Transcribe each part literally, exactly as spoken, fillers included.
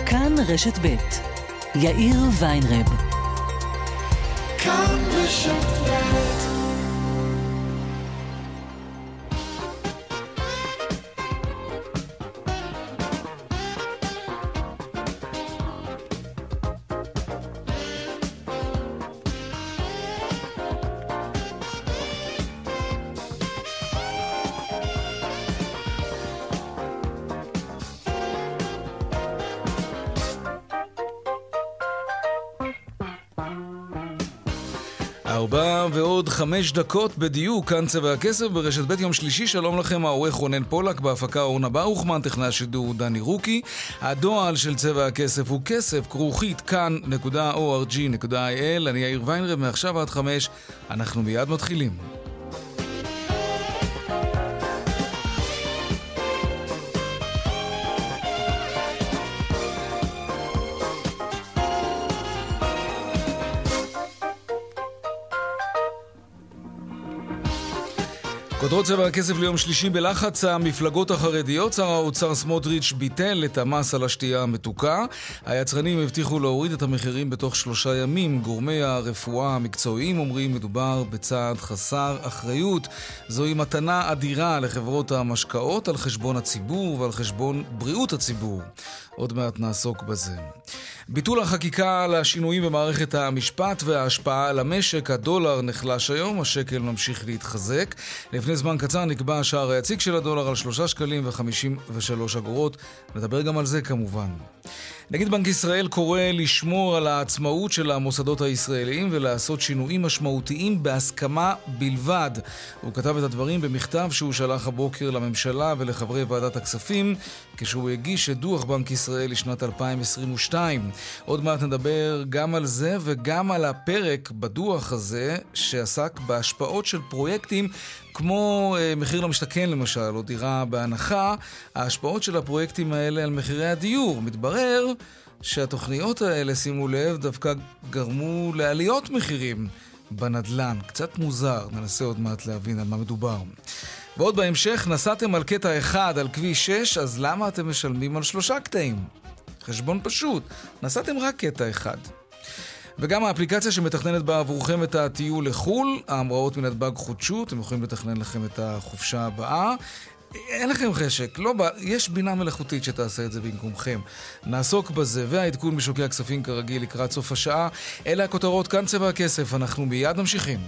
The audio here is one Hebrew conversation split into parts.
כאן רשת ב' יאיר ויינרב. כאן רשת ב'. ארבע ועוד חמש דקות בדיוק, כאן צבע הכסף ברשת ב' יום שלישי. שלום לכם, העורך רונן פולק, בהפקה אורנה ברוכמן, טכנאי השידור דני רוקי. הדואל של צבע הכסף הוא כסף כרוכית כאן נקודה או אר ג'י נקודה איי אל. אני יאיר ויינרב, מעכשיו עד חמש, אנחנו מיד מתחילים. כותרות צבע הכסף ליום שלישי: בלחץ המפלגות החרדיות, שר האוצר סמוטריץ' ביטל את המס על השתייה המתוקה. היצרנים הבטיחו להוריד את המחירים בתוך שלושה ימים. גורמי הרפואה המקצועיים אומרים מדובר בצעד חסר אחריות. זוהי מתנה אדירה לחברות המשקאות על חשבון הציבור ועל חשבון בריאות הציבור. עוד מעט נעסוק בזה. ביטול החקיקה לשינויים במערכת המשפט וההשפעה על המשק. הדולר נחלש היום, השקל ממשיך להתחזק. לפני זמן קצר נקבע השער היציג של הדולר על שלושה שקלים וחמישים ושלוש אגורות. נדבר גם על זה כמובן. נגיד בנק ישראל קורא לשמור על העצמאות של המוסדות הישראליים ולעשות שינויים משמעותיים בהסכמה בלבד. הוא כתב את הדברים במכתב שהוא שלח הבוקר לממשלה ולחברי ועדת הכספים כשהוא הגיש את דוח בנק ישראל לשנת אלפיים עשרים ושתיים. עוד מעט נדבר גם על זה וגם על הפרק בדוח הזה שעסק בהשפעות של פרויקטים כמו אה, מחיר למשתכן למשל, או דירה בהנחה. ההשפעות של הפרויקטים האלה על מחירי הדיור. מתברר שהתוכניות האלה, שימו לב, דווקא גרמו לעליות מחירים בנדלן. קצת מוזר, ננסה עוד מעט להבין על מה מדובר. ועוד בהמשך, נסעתם על קטע אחד על כביש שש, אז למה אתם משלמים על שלושה קטעים? חשבון פשוט, נסעתם רק קטע אחד. וגם האפליקציה שמתכננת בעבורכם את הטיול לחול, ההמראות מנתב"ג חודשו, אתם יכולים לתכנן לכם את החופשה הבאה. אין לכם חשק, לא בא, יש בינה מלאכותית שתעשה את זה במקומכם. נעסוק בזה, והעדכון משוקי הכספים כרגיל לקראת סוף השעה. אלה הכותרות, כאן צבע הכסף, אנחנו מיד ממשיכים.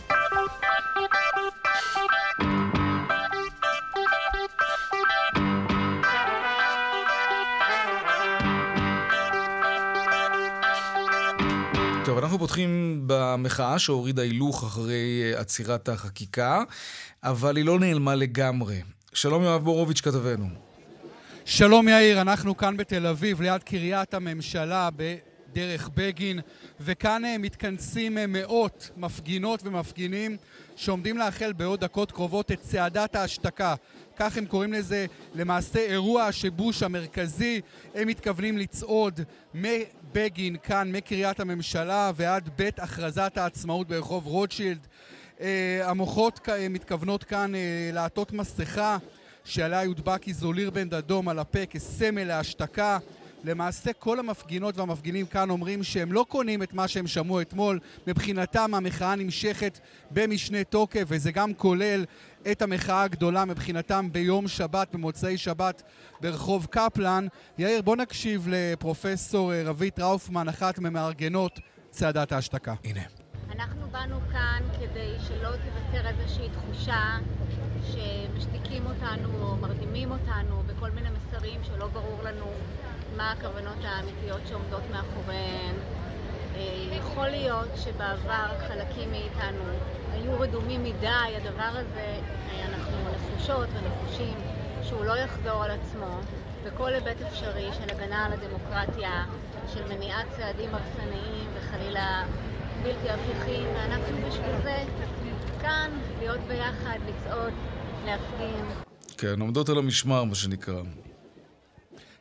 טוב, אנחנו פותחים במחאה שהורידה הילוך אחרי עצירת החקיקה, אבל היא לא נעלמה לגמרי. שלום יואב בורוביץ' כתבנו. שלום יאיר, אנחנו כאן בתל אביב, ליד קריית הממשלה בדרך בגין, וכאן מתכנסים מאות מפגינות ומפגינים שעומדים לאחל בעוד דקות קרובות את צעדת ההשתקה. כך הם קוראים לזה, למעשה אירוע השיבוש המרכזי. הם מתכוונים לצעוד מבגין כאן, מקריית הממשלה ועד בית הכרזת העצמאות ברחוב רוטשילד. המוחות מתכוונות כאן לעטות מסכה שעליה יודבק איזוליר בן דדום על הפה כסמל להשתקה. למעשה כל המפגינות והמפגינים כאן אומרים שהם לא קונים את מה שהם שמעו אתמול. מבחינתם המחאה נמשכת במשנה תוקף, וזה גם כולל את המחאה הגדולה מבחינתם ביום שבת, במוצאי שבת ברחוב קפלן. יאיר, בוא נקשיב לפרופסור רבית ראופמן, אחת ממארגנות צעדת ההשתקה. הנה. אנחנו באנו כאן כדי שלא תיווצר איזושהי תחושה שמשתיקים אותנו או מרדימים אותנו בכל מיני מסרים שלא ברור לנו מה הכוונות האמיתיות שעומדות מאחוריהן. יכול להיות שבעבר חלקים מאיתנו היו רדומים מדי. הדבר הזה, אנחנו נחושות ונחושים שהוא לא יחזור על עצמו בכל היבט אפשרי של הגנה על הדמוקרטיה, של מניעת צעדים הרסניים וחלילה בלתי הפיכים. ואנחנו בשביל זה כאן להיות ביחד, לצעוד, להפגין. כן, עומדות על המשמר מה שנקרא.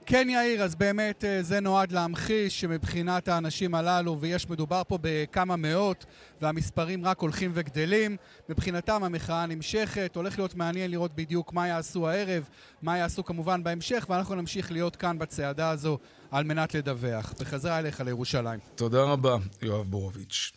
כן יאיר, אז באמת זה נועד להמחיש שמבחינת האנשים הללו, ויש מדובר פה בכמה מאות, והמספרים רק הולכים וגדלים, מבחינתם המחאה נמשכת, הולך להיות מעניין לראות בדיוק מה יעשו הערב, מה יעשו כמובן בהמשך, ואנחנו נמשיך להיות כאן בצעדה הזו על מנת לדווח. בחזרה אליך לירושלים. תודה רבה, יואב בורוביץ'.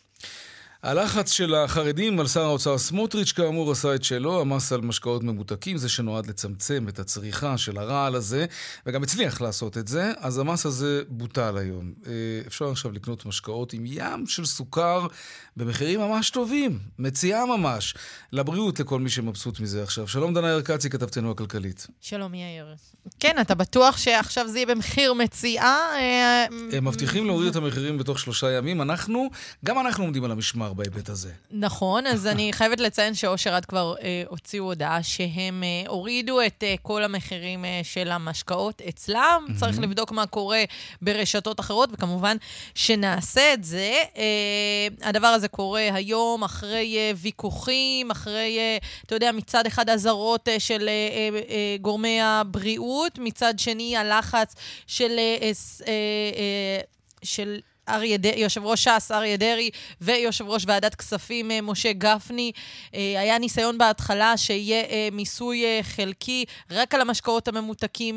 הלחץ של החרדים על שר האוצר סמוטריץ' כאמור עשה את שלו, המס על משקאות ממותקים, זה שנועד לצמצם את הצריכה של הרעל הזה, וגם הצליח לעשות את זה, אז המס הזה בוטל היום. אפשר עכשיו לקנות משקאות עם ים של סוכר במחירים ממש טובים, מציאה ממש, לבריאות לכל מי שמבסוט מזה עכשיו. שלום דנה ירקצי, כתבתנו הכלכלית. שלום יאיר. כן, אתה בטוח שעכשיו זה יהיה במחיר מציאה? הם מבטיחים להוריד את המחירים בתוך שלושה ימים, אנחנו, גם אנחנו עומדים על המשמר בהיבט הזה. נכון, אז אני חייבת לציין שאושר עד כבר אה, הוציאו הודעה שהם אה, הורידו את אה, כל המחירים אה, של המשקאות אצלם. Mm-hmm. צריך לבדוק מה קורה ברשתות אחרות, וכמובן שנעשה את זה. אה, הדבר הזה קורה היום אחרי אה, ויכוחים, אחרי, אה, אתה יודע, מצד אחד הזרות אה, של אה, אה, גורמי הבריאות, מצד שני הלחץ של... אה, אה, אה, של אריה ד... יושב ראש ש"ס אריה דרעי ויושב ראש ועדת כספים משה גפני. היה ניסיון בהתחלה שיהיה מיסוי חלקי רק על המשקאות הממותקים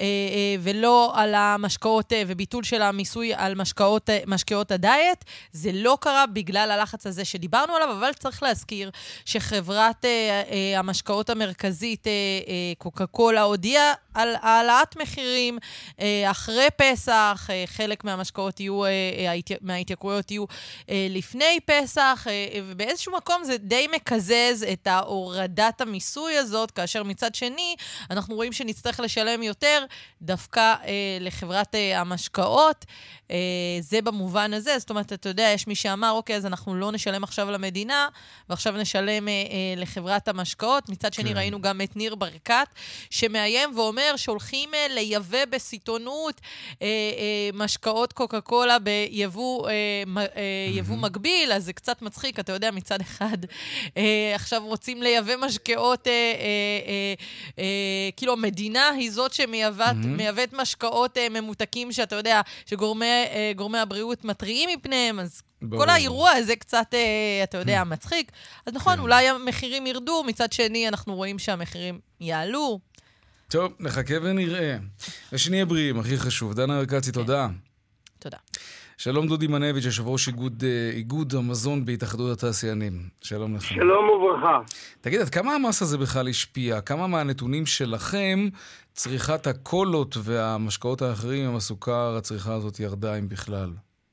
ולא על המשקאות וביטול של המיסוי על משקאות, משקאות הדיאט. זה לא קרה בגלל הלחץ הזה שדיברנו עליו, אבל צריך להזכיר שחברת המשקאות המרכזית קוקה קולה הודיעה על העלאת מחירים אחרי פסח. חלק מהמשקאות יהיו מההתייקרויות יהיו אה, לפני פסח, אה, ובאיזשהו מקום זה די מקזז את ההורדת המיסוי הזאת, כאשר מצד שני אנחנו רואים שנצטרך לשלם יותר דווקא אה, לחברת אה, המשקאות. אה, זה במובן הזה, זאת אומרת, אתה יודע, יש מי שאמר, אוקיי, אז אנחנו לא נשלם עכשיו למדינה, ועכשיו נשלם אה, אה, לחברת המשקאות. מצד שני כן. ראינו גם את ניר ברקת, שמאיים ואומר שהולכים אה, לייבא בסיטונות אה, אה, משקאות קוקה קולה ביבוא אה, אה, יבוא מגביל, אז זה קצת מצחיק, אתה יודע, מצד אחד אה, עכשיו רוצים לייבא משקאות, אה, אה, אה, אה, כאילו המדינה היא זאת שמייבאת משקאות אה, ממותקים, שאתה יודע, שגורמי אה, גורמי הבריאות מטריעים מפניהם, אז כל האירוע הזה קצת, אה, אתה יודע, מצחיק. אז נכון, אולי המחירים ירדו, מצד שני אנחנו רואים שהמחירים יעלו. טוב, נחכה ונראה. ושנהיה בריאים, הכי חשוב. דנה ירקצי, תודה. תודה. שלום דודי מנביץ', יושב ראש איגוד, איגוד המזון בהתאחדות התעשיינים. שלום לך. שלום וברכה. תגיד, עד כמה המס הזה בכלל השפיע? כמה מהנתונים שלכם צריכת הקולות והמשקאות האחרים עם הסוכר, הצריכה הזאת ירדה אם בכלל?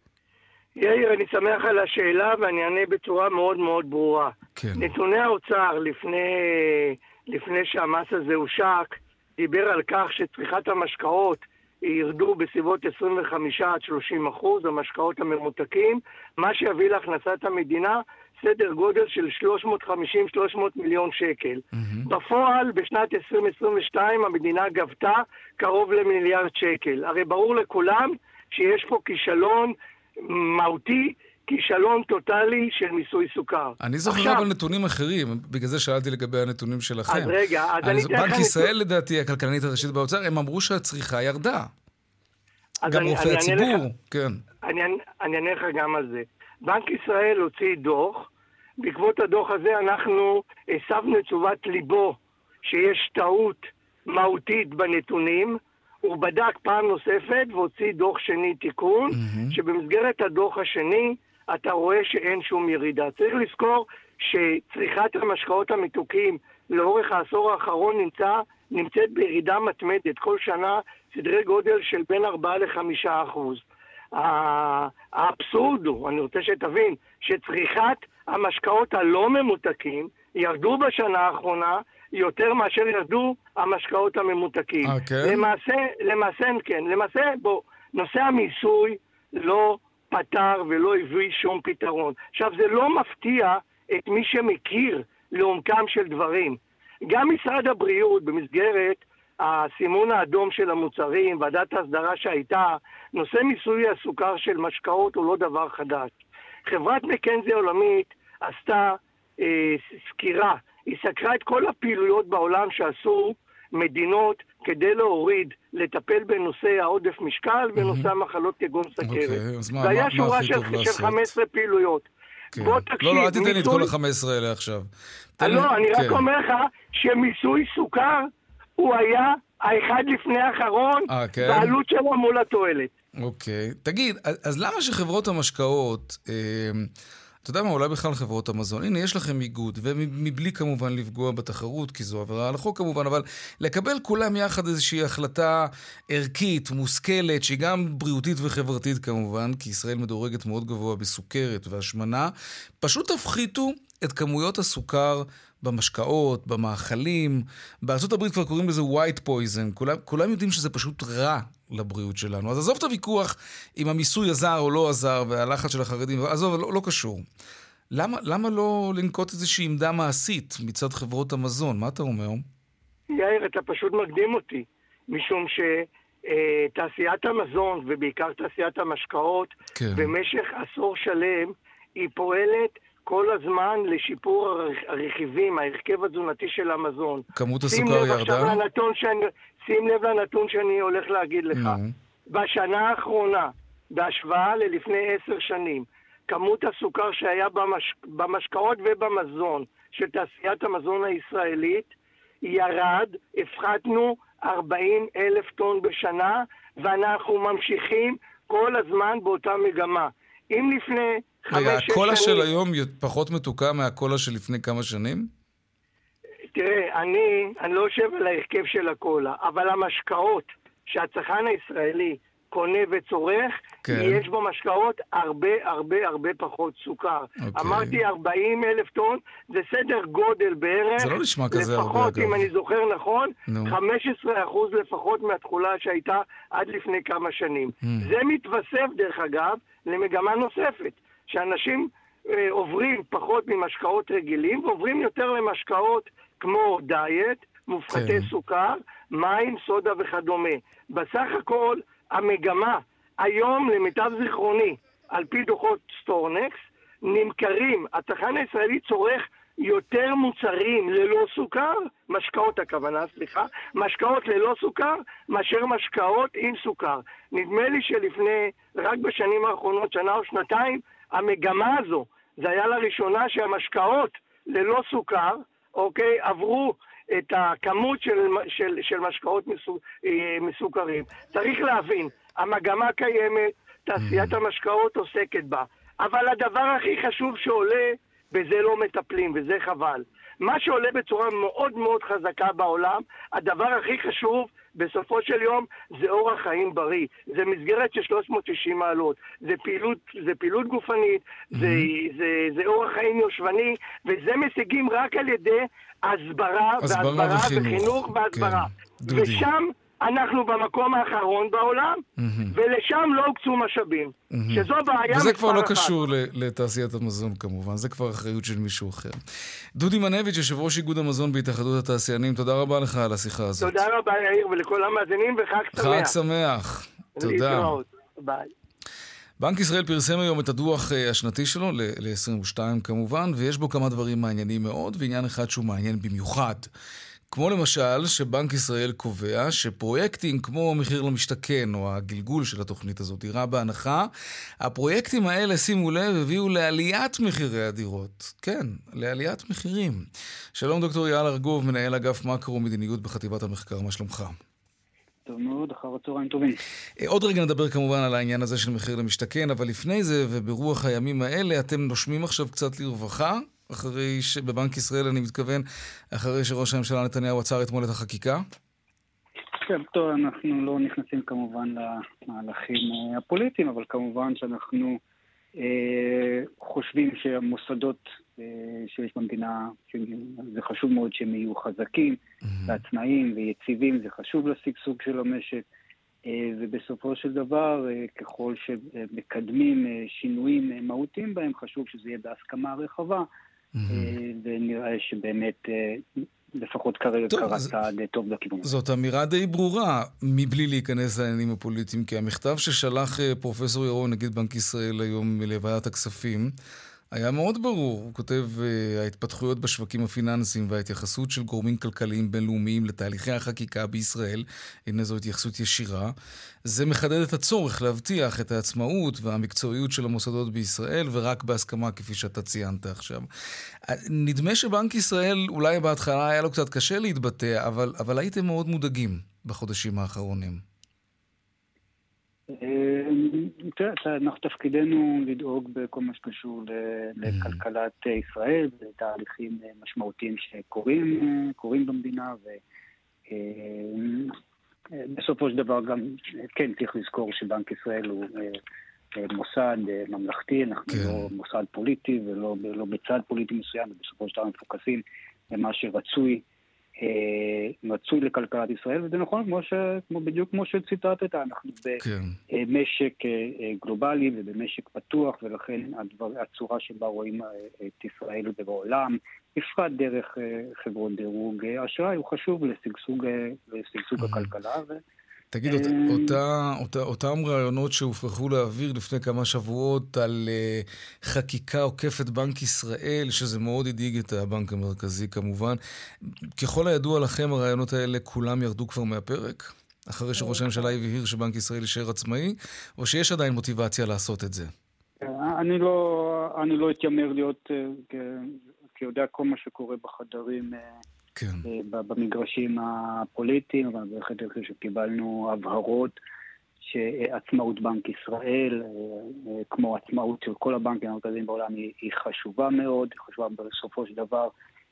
יאיר, אני שמח על השאלה ואני אענה בצורה מאוד מאוד ברורה. כן. נתוני האוצר לפני, לפני שהמס הזה הושק, דיבר על כך שצריכת המשקאות ירדו בסביבות עשרים וחמישה עד שלושים אחוז, המשקאות הממותקים, מה שיביא להכנסת המדינה סדר גודל של שלוש מאות וחמישים עד שלוש מאות מיליון שקל. Mm-hmm. בפועל, בשנת עשרים עשרים ושתיים המדינה גבתה קרוב למיליארד שקל. הרי ברור לכולם שיש פה כישלון מהותי, כישלון טוטלי של מיסוי סוכר. אני זוכר אבל נתונים אחרים, בגלל זה שאלתי לגבי הנתונים שלכם. אז רגע, אז אני... בנק ישראל לדעתי, הכלכלנית הראשית באוצר, הם אמרו שהצריכה ירדה. גם רופאי הציבור, כן. אני אענה לך גם על זה. בנק ישראל הוציא דוח, בעקבות הדוח הזה אנחנו הסבנו את תשומת ליבו שיש טעות מהותית בנתונים, הוא בדק פעם נוספת והוציא דוח שני תיקון, mm-hmm. שבמסגרת הדוח השני אתה רואה שאין שום ירידה. צריך לזכור שצריכת המשקאות המתוקים לאורך העשור האחרון נמצא, נמצאת בירידה מתמדת. כל שנה סדרי גודל של בין ארבעה לחמישה אחוז. האבסורד הוא, אני רוצה שתבין, שצריכת המשקאות הלא ממותקים ירדו בשנה האחרונה יותר מאשר ירדו המשקאות הממותקים. Okay. למעשה, למעשה, כן, למעשה, בוא, נושא המיסוי לא פתר ולא הביא שום פתרון. עכשיו, זה לא מפתיע את מי שמכיר לעומקם של דברים. גם משרד הבריאות, במסגרת הסימון האדום של המוצרים, ועדת ההסדרה שהייתה, נושא מיסוי הסוכר של משקאות הוא לא דבר חדש. חברת מקנזי העולמית עשתה אה, סקירה, היא סקרה את כל הפעילויות בעולם שעשו מדינות כדי להוריד, לטפל בנושא העודף משקל ונושא המחלות כגון סכרת. אוקיי, אז מה, זה היה מה, שורה מה של, הכי טוב של לעשות? חמש עשרה פעילויות. כן. בוא תקשיב, לא, לא, אל תיתן לי את מיסוי... כל ה-חמש עשרה האלה עכשיו. תן לא, לי... אני כן. רק אומר לך שמיסוי סוכר הוא היה האחד לפני האחרון, אה, כן? בעלות שלו מול התועלת. אוקיי. תגיד, אז למה שחברות המשקאות, אה, אתה יודע מה, אולי בכלל חברות המזון, הנה, יש לכם איגוד, ומבלי כמובן לפגוע בתחרות, כי זו עבירה על החוק כמובן, אבל לקבל כולם יחד איזושהי החלטה ערכית, מושכלת, שהיא גם בריאותית וחברתית כמובן, כי ישראל מדורגת מאוד גבוה בסוכרת והשמנה, פשוט תפחיתו את כמויות הסוכר במשקאות, במאכלים. בארצות הברית כבר קוראים לזה white poison. כולם, כולם יודעים שזה פשוט רע לבריאות שלנו. אז עזוב את הוויכוח אם המיסוי עזר או לא עזר, והלחץ של החרדים, עזוב, לא, לא קשור. למה, למה לא לנקוט איזושהי עמדה מעשית מצד חברות המזון? מה אתה אומר? יאיר, אתה פשוט מקדים אותי, משום שתעשיית המזון, ובעיקר תעשיית המשקאות, כן. במשך עשור שלם, היא פועלת כל הזמן לשיפור הרכיבים, ההרכב התזונתי של המזון. כמות הסוכר ירדה? שאני, שים לב לנתון שאני הולך להגיד לך. No. בשנה האחרונה, בהשוואה ללפני עשר שנים, כמות הסוכר שהיה במש... במשקאות ובמזון של תעשיית המזון הישראלית ירד, הפחתנו ארבעים אלף טון בשנה, ואנחנו ממשיכים כל הזמן באותה מגמה. אם לפני רגע, הקולה של היום פחות מתוקה מהקולה של לפני כמה שנים? תראה, אני, אני לא יושב על ההרכב של הקולה, אבל המשקאות שהצרכן הישראלי קונה וצורך, כן. יש בו משקאות הרבה הרבה הרבה פחות סוכר. Okay. אמרתי ארבעים אלף טון, זה סדר גודל בערך. זה לא נשמע כזה הרבה, לפחות, אגב. אם אני זוכר נכון, no. חמישה עשר אחוז לפחות מהתחולה שהייתה עד לפני כמה שנים. Mm. זה מתווסף, דרך אגב, למגמה נוספת, שאנשים אה, עוברים פחות ממשקאות רגילים, ועוברים יותר למשקאות כמו דיאט, מופחתי כן. סוכר, מים, סודה וכדומה. בסך הכל, המגמה, היום למיטב זיכרוני, על פי דוחות סטורנקס, נמכרים, הצרכן הישראלי צורך יותר מוצרים ללא סוכר, משקאות הכוונה, סליחה, משקאות ללא סוכר, מאשר משקאות עם סוכר. נדמה לי שלפני, רק בשנים האחרונות, שנה או שנתיים, המגמה הזו, זה היה לראשונה שהמשקאות ללא סוכר, אוקיי, עברו את הכמות של, של, של משקאות מסוכרים. צריך להבין, המגמה קיימת, תעשיית המשקאות עוסקת בה. אבל הדבר הכי חשוב שעולה, בזה לא מטפלים, וזה חבל. מה שעולה בצורה מאוד מאוד חזקה בעולם, הדבר הכי חשוב בסופו של יום זה אורח חיים בריא. זה מסגרת של שלוש מאות ושישים מעלות. זה פעילות, זה פעילות גופנית, mm-hmm. זה, זה, זה אורח חיים יושבני, וזה משיגים רק על ידי הסברה, הסברה והסברה וחינוך. וחינוך והסברה. כן, ושם אנחנו במקום האחרון בעולם, mm-hmm. ולשם לא הוקצו משאבים. Mm-hmm. שזו בעיה וזה כבר לא אחת. קשור לתעשיית המזון כמובן, זה כבר אחריות של מישהו אחר. דודי מנביץ', יושב ראש איגוד המזון בהתאחדות התעשיינים, תודה רבה לך על השיחה הזאת. תודה רבה יאיר ולכל המאזינים וחג שמח. חג שמח, תודה. ביי. בנק ישראל פרסם היום את הדוח השנתי שלו ל-עשרים ושתיים כמובן, ויש בו כמה דברים מעניינים מאוד, ועניין אחד שהוא מעניין במיוחד. כמו למשל שבנק ישראל קובע שפרויקטים כמו מחיר למשתכן או הגלגול של התוכנית הזאת, דירה בהנחה, הפרויקטים האלה, שימו לב, הביאו לעליית מחירי הדירות. כן, לעליית מחירים. שלום דוקטור יעל ארגוב, מנהל אגף מקרו מדיניות בחטיבת המחקר, מה שלומך? טוב מאוד, אחר הצהריים טובים. עוד רגע נדבר כמובן על העניין הזה של מחיר למשתכן, אבל לפני זה וברוח הימים האלה, אתם נושמים עכשיו קצת לרווחה? אחרי שבבנק ישראל, אני מתכוון, אחרי שראש הממשלה נתניהו עצר אתמול את החקיקה? כן, טוב, אנחנו לא נכנסים כמובן למהלכים הפוליטיים, אבל כמובן שאנחנו אה, חושבים שהמוסדות אה, שיש במדינה, זה חשוב מאוד שהם יהיו חזקים, mm-hmm. ועצמאיים ויציבים, זה חשוב לשגשוג של המשק, אה, ובסופו של דבר, אה, ככל שמקדמים אה, שינויים אה, מהותיים בהם, חשוב שזה יהיה בהסכמה רחבה, ונראה שבאמת לפחות כרגע קראת די טוב בכיוון. זאת אמירה די ברורה, מבלי להיכנס לעניינים הפוליטיים, כי המכתב ששלח פרופסור ירון, נגיד בנק ישראל היום לוועדת הכספים, היה מאוד ברור. הוא כותב, ההתפתחויות בשווקים הפיננסיים וההתייחסות של גורמים כלכליים בינלאומיים לתהליכי החקיקה בישראל, הנה זו התייחסות ישירה, זה מחדד את הצורך להבטיח את העצמאות והמקצועיות של המוסדות בישראל, ורק בהסכמה כפי שאתה ציינת עכשיו. נדמה שבנק ישראל אולי בהתחלה היה לו קצת קשה להתבטא, אבל, אבל הייתם מאוד מודאגים בחודשים האחרונים. אנחנו תפקידנו לדאוג בכל מה שקשור לכלכלת ישראל ותהליכים משמעותיים שקורים במדינה, ובסופו של דבר גם כן צריך לזכור שבנק ישראל הוא מוסד ממלכתי, אנחנו לא מוסד פוליטי ולא בצד פוליטי מסוים, ובסופו של דבר מפוקסים למה שרצוי מצוי לכלכלת ישראל, וזה נכון כמו ש, כמו בדיוק כמו שציטטת, אנחנו כן. במשק גלובלי ובמשק פתוח, ולכן הדבר, הצורה שבה רואים את ישראל בעולם, בפרט דרך חברות דירוג אשראי, הוא חשוב לשגשוג, לשגשוג הכלכלה. ו... תגיד, אותה, אותה, אותה, אותם רעיונות שהופכו להעביר לפני כמה שבועות על uh, חקיקה עוקפת בנק ישראל, שזה מאוד הדאיג את הבנק המרכזי כמובן. ככל הידוע לכם, הרעיונות האלה כולם ירדו כבר מהפרק? אחרי שראש הממשלה הבהיר שבנק ישראל יישאר עצמאי, או שיש עדיין מוטיבציה לעשות את זה? אני לא, אני לא אתיימר להיות, כי יודע כל מה שקורה בחדרים... כן. במגרשים הפוליטיים, אבל בהחלט חושב שקיבלנו הבהרות שעצמאות בנק ישראל, כמו עצמאות של כל הבנקים המרכזיים בעולם, היא חשובה מאוד, היא חשובה בסופו של דבר,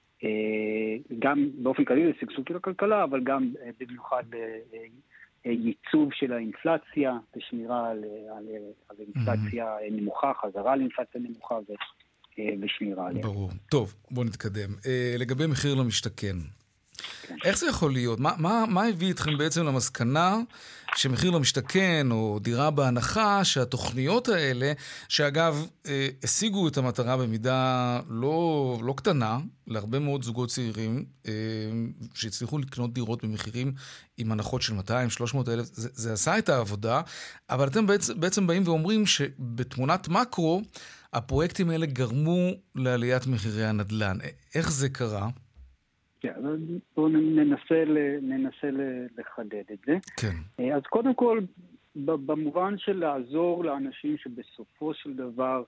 גם באופן כללי לשגשוג של הכלכלה, אבל גם במיוחד ייצוב של האינפלציה, ושמירה על, על, על אינפלציה נמוכה, חזרה לאינפלציה נמוכה ו... ושמירה עליה. ברור. טוב, בואו נתקדם. לגבי מחיר למשתכן, איך זה יכול להיות? מה, מה, מה הביא אתכם בעצם למסקנה שמחיר למשתכן או דירה בהנחה, שהתוכניות האלה, שאגב, השיגו את המטרה במידה לא, לא קטנה, להרבה מאוד זוגות צעירים, שהצליחו לקנות דירות במחירים עם הנחות של מאתיים שלוש מאות אלף, זה, זה עשה את העבודה, אבל אתם בעצם, בעצם באים ואומרים שבתמונת מקרו, הפרויקטים האלה גרמו לעליית מחירי הנדל"ן. איך זה קרה? כן, בואו ננסה, ננסה לחדד את זה. כן. אז קודם כל, במובן של לעזור לאנשים שבסופו של דבר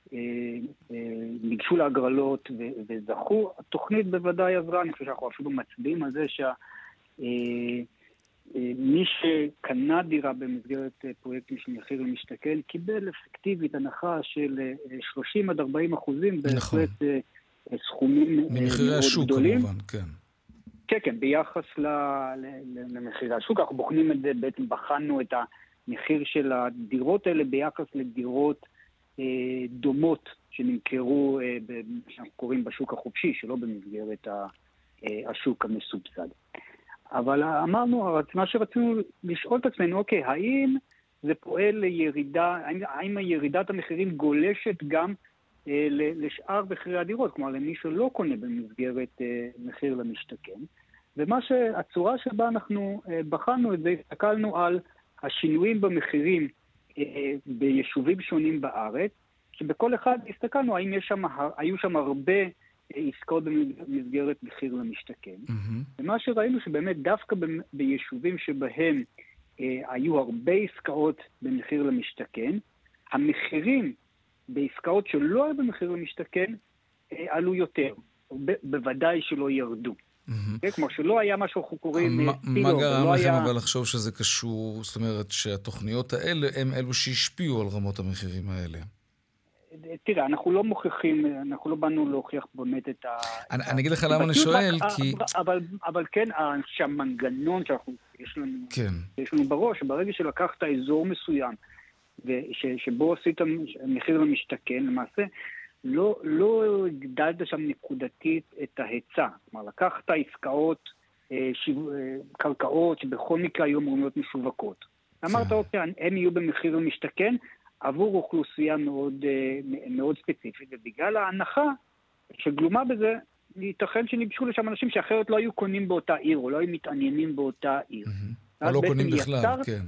ניגשו להגרלות וזכו, התוכנית בוודאי עזרה. אני חושב שאנחנו אפילו מצביעים על זה שה... מי שקנה דירה במסגרת פרויקטים של מחיר למשתכן, קיבל אפקטיבית הנחה של שלושים עד ארבעים אחוזים, בהחלט סכומים מאוד גדולים. ממחירי השוק כמובן, כן. כן, כן, ביחס למחירי השוק. אנחנו בוחנים את זה, בעצם בחנו את המחיר של הדירות האלה ביחס לדירות דומות שנמכרו, שאנחנו קוראים בשוק החופשי, שלא במסגרת השוק המסובסד. אבל אמרנו, מה שרצינו לשאול את עצמנו, אוקיי, האם זה פועל לירידה, האם, האם הירידת המחירים גולשת גם אה, לשאר מחירי הדירות, כלומר למי שלא קונה במסגרת אה, מחיר למשתכן, ומה שהצורה שבה אנחנו אה, בחנו את זה, הסתכלנו על השינויים במחירים אה, ביישובים שונים בארץ, שבכל אחד הסתכלנו האם יש שם, היו שם הרבה עסקאות במסגרת מחיר למשתכן. Mm-hmm. ומה שראינו שבאמת דווקא ב- ביישובים שבהם אה, היו הרבה עסקאות במחיר למשתכן, המחירים בעסקאות שלא היו במחיר למשתכן אה, עלו יותר. ב- בוודאי שלא ירדו. Mm-hmm. כן, כמו שלא היה משהו אנחנו קוראים... מה, מה גרם לכם היה... אבל לחשוב שזה קשור, זאת אומרת שהתוכניות האלה הם אלו שהשפיעו על רמות המחירים האלה? תראה, אנחנו לא מוכיחים, אנחנו לא באנו להוכיח באמת את ה... אני, אני אגיד לך למה אני שואל, כי... אבל, אבל כן, שהמנגנון שאנחנו, יש לנו, כן. יש לנו בראש, שברגע שלקחת אזור מסוים, וש, שבו עשית מחיר למשתכן, למעשה, לא, לא הגדלת שם נקודתית את ההיצע. כלומר, לקחת עסקאות, שיו, קרקעות, שבכל מקרה היו אמורות משווקות. כן. אמרת, אוקיי, הם יהיו במחיר למשתכן, עבור אוכלוסייה מאוד, מאוד ספציפית, ובגלל ההנחה שגלומה בזה, ייתכן שניגשו לשם אנשים שאחרת לא היו קונים באותה עיר, או לא היו מתעניינים באותה עיר. או לא קונים בכלל, כן.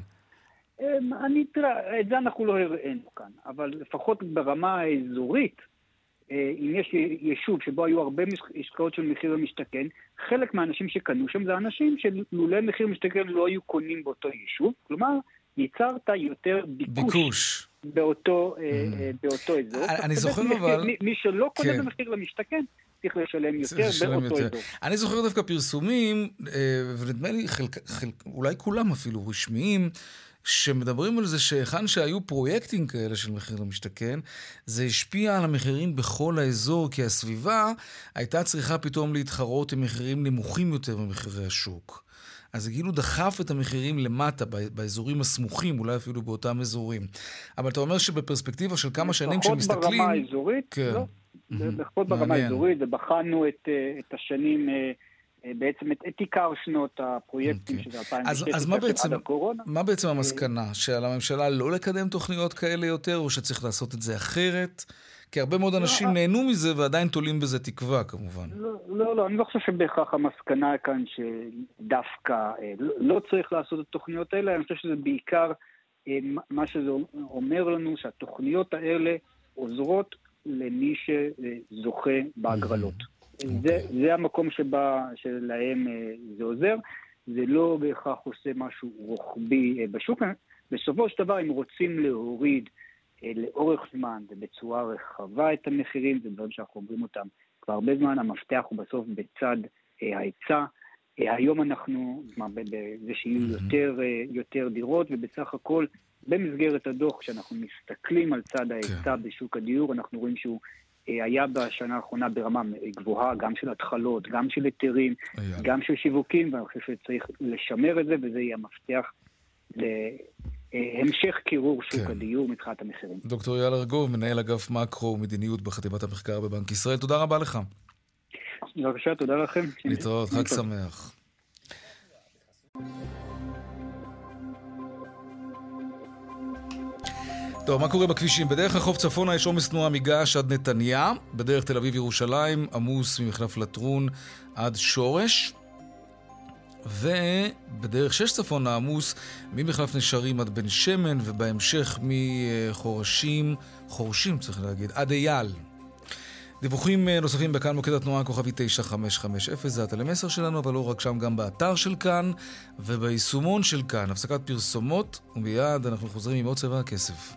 אני, תראה, את זה אנחנו לא הראינו כאן, אבל לפחות ברמה האזורית, אם יש יישוב שבו היו הרבה עסקאות של מחיר למשתכן, חלק מהאנשים שקנו שם זה אנשים שלולא מחיר למשתכן לא היו קונים באותו יישוב, כלומר, ייצרת יותר ביקוש, ביקוש. באותו, mm. באותו אזור. אני זוכר אבל... מי, מי שלא קונה כן. במחיר למשתכן, צריך לשלם יותר לשלם באותו יותר. אזור. אני זוכר דווקא פרסומים, ונדמה לי חלק, חלק, אולי כולם אפילו רשמיים, שמדברים על זה שהיכן שהיו פרויקטים כאלה של מחיר למשתכן, זה השפיע על המחירים בכל האזור, כי הסביבה הייתה צריכה פתאום להתחרות עם מחירים נמוכים יותר ממחירי השוק. אז זה כאילו דחף את המחירים למטה, באזורים הסמוכים, אולי אפילו באותם אזורים. אבל אתה אומר שבפרספקטיבה של כמה שנים כשמסתכלים... לפחות ברמה האזורית, כן. לא. לפחות ברמה האזורית, ובחנו את, את השנים... בעצם את עיקר שנות הפרויקטים של אלפיים ושש עד הקורונה. מה בעצם המסקנה? שעל הממשלה לא לקדם תוכניות כאלה יותר, או שצריך לעשות את זה אחרת? כי הרבה מאוד אנשים נהנו מזה ועדיין תולים בזה תקווה, כמובן. לא, לא, אני לא חושב שבהכרח המסקנה כאן שדווקא לא צריך לעשות את התוכניות האלה, אני חושב שזה בעיקר מה שזה אומר לנו, שהתוכניות האלה עוזרות למי שזוכה בהגרלות. זה, זה המקום שבה, שלהם זה עוזר, זה לא בהכרח עושה משהו רוחבי בשוק. בסופו של דבר, אם רוצים להוריד לאורך זמן ובצורה רחבה את המחירים, זה דברים שאנחנו אומרים אותם כבר הרבה זמן, המפתח הוא בסוף בצד ההיצע. היום אנחנו, בזה שיהיו יותר, יותר דירות, ובסך הכל, במסגרת הדוח, כשאנחנו מסתכלים על צד ההיצע בשוק הדיור, אנחנו רואים שהוא היה בשנה האחרונה ברמה גבוהה, גם של התחלות, גם של היתרים, גם של שיווקים, ואני חושב שצריך לשמר את זה, וזה יהיה המפתח להמשך קירור שוק כן. הדיור מתחילת המחירים. דוקטור אייל ארגוב, מנהל אגף מקרו ומדיניות בחטיבת המחקר בבנק ישראל, תודה רבה לך. בבקשה, תודה לכם. להתראות, חג שמח. טוב, מה קורה בכבישים? בדרך החוף צפונה יש עומס תנועה מגעש עד נתניה, בדרך תל אביב ירושלים עמוס ממחלף לטרון עד שורש, ובדרך שש צפונה עמוס ממחלף נשרים עד בן שמן, ובהמשך מחורשים, חורשים צריך להגיד, עד אייל. דיווחים נוספים בכאן מוקד התנועה כוכבי תשע חמש חמש אפס, זה הטלמסר שלנו, אבל לא רק שם, גם באתר של כאן וביישומון של כאן. הפסקת פרסומות, ומיד אנחנו חוזרים עם עוד צבע הכסף.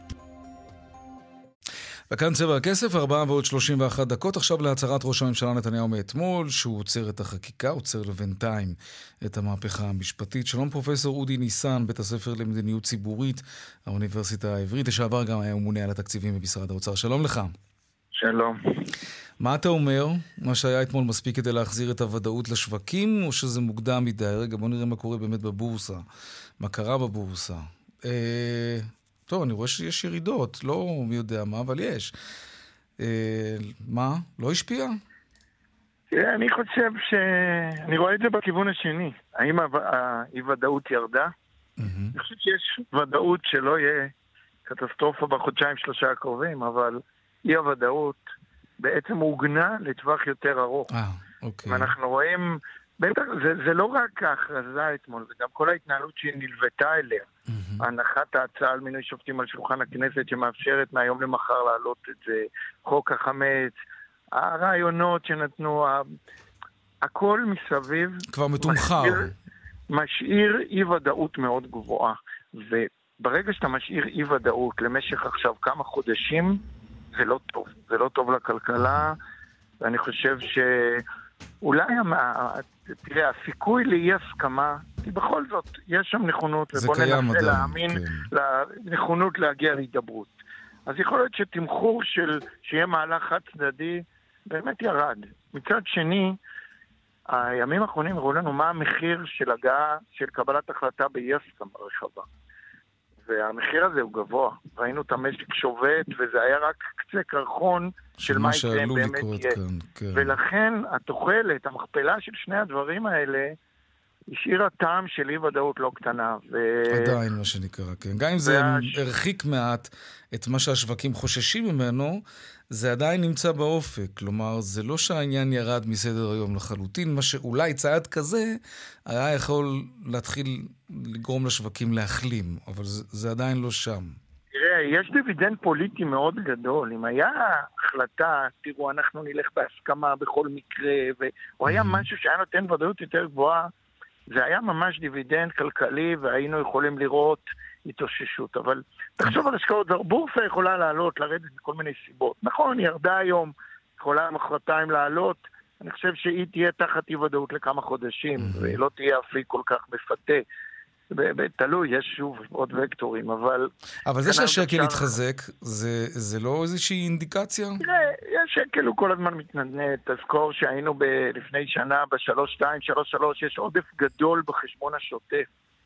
וכאן צבע הכסף, ארבע ועוד שלושים ואחת דקות. עכשיו להצהרת ראש הממשלה נתניהו מאתמול, שהוא עוצר את החקיקה, עוצר לבינתיים את המהפכה המשפטית. שלום פרופסור אודי ניסן, בית הספר למדיניות ציבורית, האוניברסיטה העברית, לשעבר גם היה ממונה על התקציבים במשרד האוצר. שלום לך. שלום. מה אתה אומר? מה שהיה אתמול מספיק כדי להחזיר את הוודאות לשווקים, או שזה מוקדם מדי? רגע, בוא נראה מה קורה באמת בבורסה. מה קרה בבורסה? אה... טוב, אני רואה שיש ירידות, לא מי יודע מה, אבל יש. אה, מה? לא השפיע? תראה, אני חושב ש... אני רואה את זה בכיוון השני. האם האי-ודאות ירדה? Mm-hmm. אני חושב שיש ודאות שלא יהיה קטסטרופה בחודשיים שלושה הקרובים, אבל אי-הוודאות בעצם הוגנה לטווח יותר ארוך. אה, אוקיי. ואנחנו רואים... בטח, זה, זה לא רק ההכרזה אתמול, זה גם כל ההתנהלות שהיא נלוותה אליה. Mm-hmm. הנחת ההצעה על מינוי שופטים על שולחן הכנסת שמאפשרת מהיום למחר להעלות את זה, חוק החמץ, הרעיונות שנתנו, הכל מסביב. כבר מתומחר. משאיר, משאיר אי ודאות מאוד גבוהה. וברגע שאתה משאיר אי ודאות למשך עכשיו כמה חודשים, זה לא טוב. זה לא טוב לכלכלה, ואני חושב ש... אולי תראה, הסיכוי לאי הסכמה, כי בכל זאת יש שם נכונות, ובוא ננסה להאמין כן. לנכונות להגיע להידברות. אז יכול להיות שתמחור של שיהיה מהלך חד צדדי באמת ירד. מצד שני, הימים האחרונים הראו לנו מה המחיר של הגעה של קבלת החלטה באי הסכמה רחבה. והמחיר הזה הוא גבוה. ראינו את המשק שובת, וזה היה רק קצה קרחון של מה יקרה באמת יהיה. כאן, כן. ולכן התוחלת, המכפלה של שני הדברים האלה, השאירה טעם של אי ודאות לא קטנה. ו... עדיין מה שנקרא, כן. גם אם זה והש... הרחיק מעט את מה שהשווקים חוששים ממנו, זה עדיין נמצא באופק. כלומר, זה לא שהעניין ירד מסדר היום לחלוטין, מה שאולי צעד כזה היה יכול להתחיל לגרום לשווקים להחלים, אבל זה, זה עדיין לא שם. תראה, תראה, יש דיבידנד פוליטי מאוד גדול. אם היה החלטה, תראו, אנחנו נלך בהסכמה בכל מקרה, והוא היה משהו שהיה נותן ודאות יותר גבוהה, זה היה ממש דיבידנד כלכלי, והיינו יכולים לראות התאוששות. אבל תחשוב על השקעות, בורסה יכולה לעלות, לרדת מכל מיני סיבות. נכון, היא ירדה היום, יכולה מחרתיים לעלות, אני חושב שהיא תהיה תחת אי ודאות לכמה חודשים, ולא תהיה אפיק כל כך מפתה. תלוי, יש שוב עוד וקטורים, אבל... אבל זה שהשקל התחזק, זה לא איזושהי אינדיקציה? תראה, השקל הוא כל הזמן מתנדנד, תזכור שהיינו לפני שנה ב-שלוש שתיים, שלוש שלוש, יש עודף גדול בחשבון השוטף,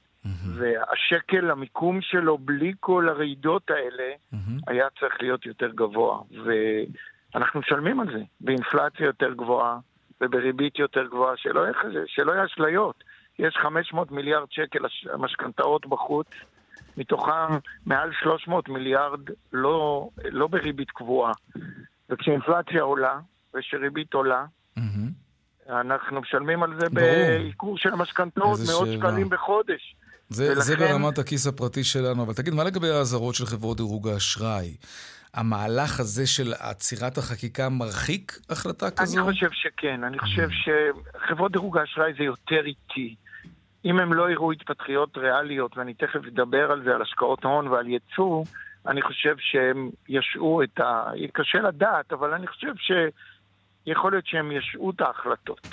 והשקל, המיקום שלו, בלי כל הרעידות האלה, היה צריך להיות יותר גבוה, ואנחנו משלמים על זה, באינפלציה יותר גבוהה, ובריבית יותר גבוהה, שלא יהיה אשליות. יש חמש מאות מיליארד שקל משכנתאות בחוץ, מתוכם מעל שלוש מאות מיליארד לא, לא בריבית קבועה. וכשאינפלציה עולה, ושריבית עולה, mm-hmm. אנחנו משלמים על זה בעיקור של המשכנתאות, מאות שקלים בחודש. זה, ולכן... זה ברמת הכיס הפרטי שלנו, אבל תגיד, מה לגבי ההזרות של חברות דירוג האשראי? המהלך הזה של עצירת החקיקה מרחיק החלטה כזו? אני חושב שכן. אני חושב שחברות דירוג האשראי זה יותר איטי. אם הם לא יראו התפתחיות ריאליות, ואני תכף אדבר על זה, על השקעות הון ועל ייצוא, אני חושב שהם ישעו את ה... קשה לדעת, אבל אני חושב שיכול להיות שהם ישעו את ההחלטות.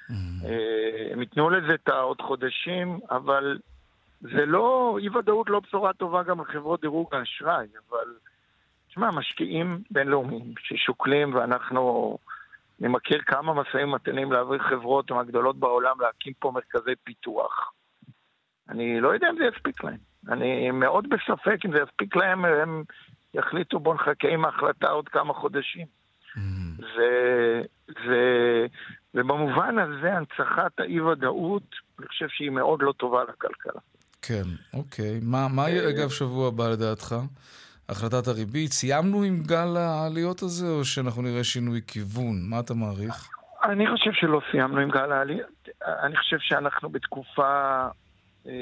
הם ייתנו לזה את העוד חודשים, אבל זה לא... אי ודאות לא בשורה טובה גם לחברות דירוג האשראי, אבל... תשמע, משקיעים בינלאומיים ששוקלים, ואנחנו... אני מכיר כמה מסעים מתנים להעביר חברות מהגדולות בעולם להקים פה מרכזי פיתוח. אני לא יודע אם זה יספיק להם. אני מאוד בספק אם זה יספיק להם, הם יחליטו בוא נחכה עם ההחלטה עוד כמה חודשים. Mm. זה, זה, ובמובן הזה הנצחת האי-ודאות, אני חושב שהיא מאוד לא טובה לכלכלה. כן, אוקיי. מה, מה אגב שבוע הבא לדעתך? החלטת הריבית, סיימנו עם גל העליות הזה, או שאנחנו נראה שינוי כיוון? מה אתה מעריך? אני חושב שלא סיימנו עם גל העליות. אני חושב שאנחנו בתקופה אה,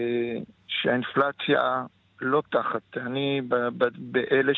שהאינפלציה לא תחת. אני באלה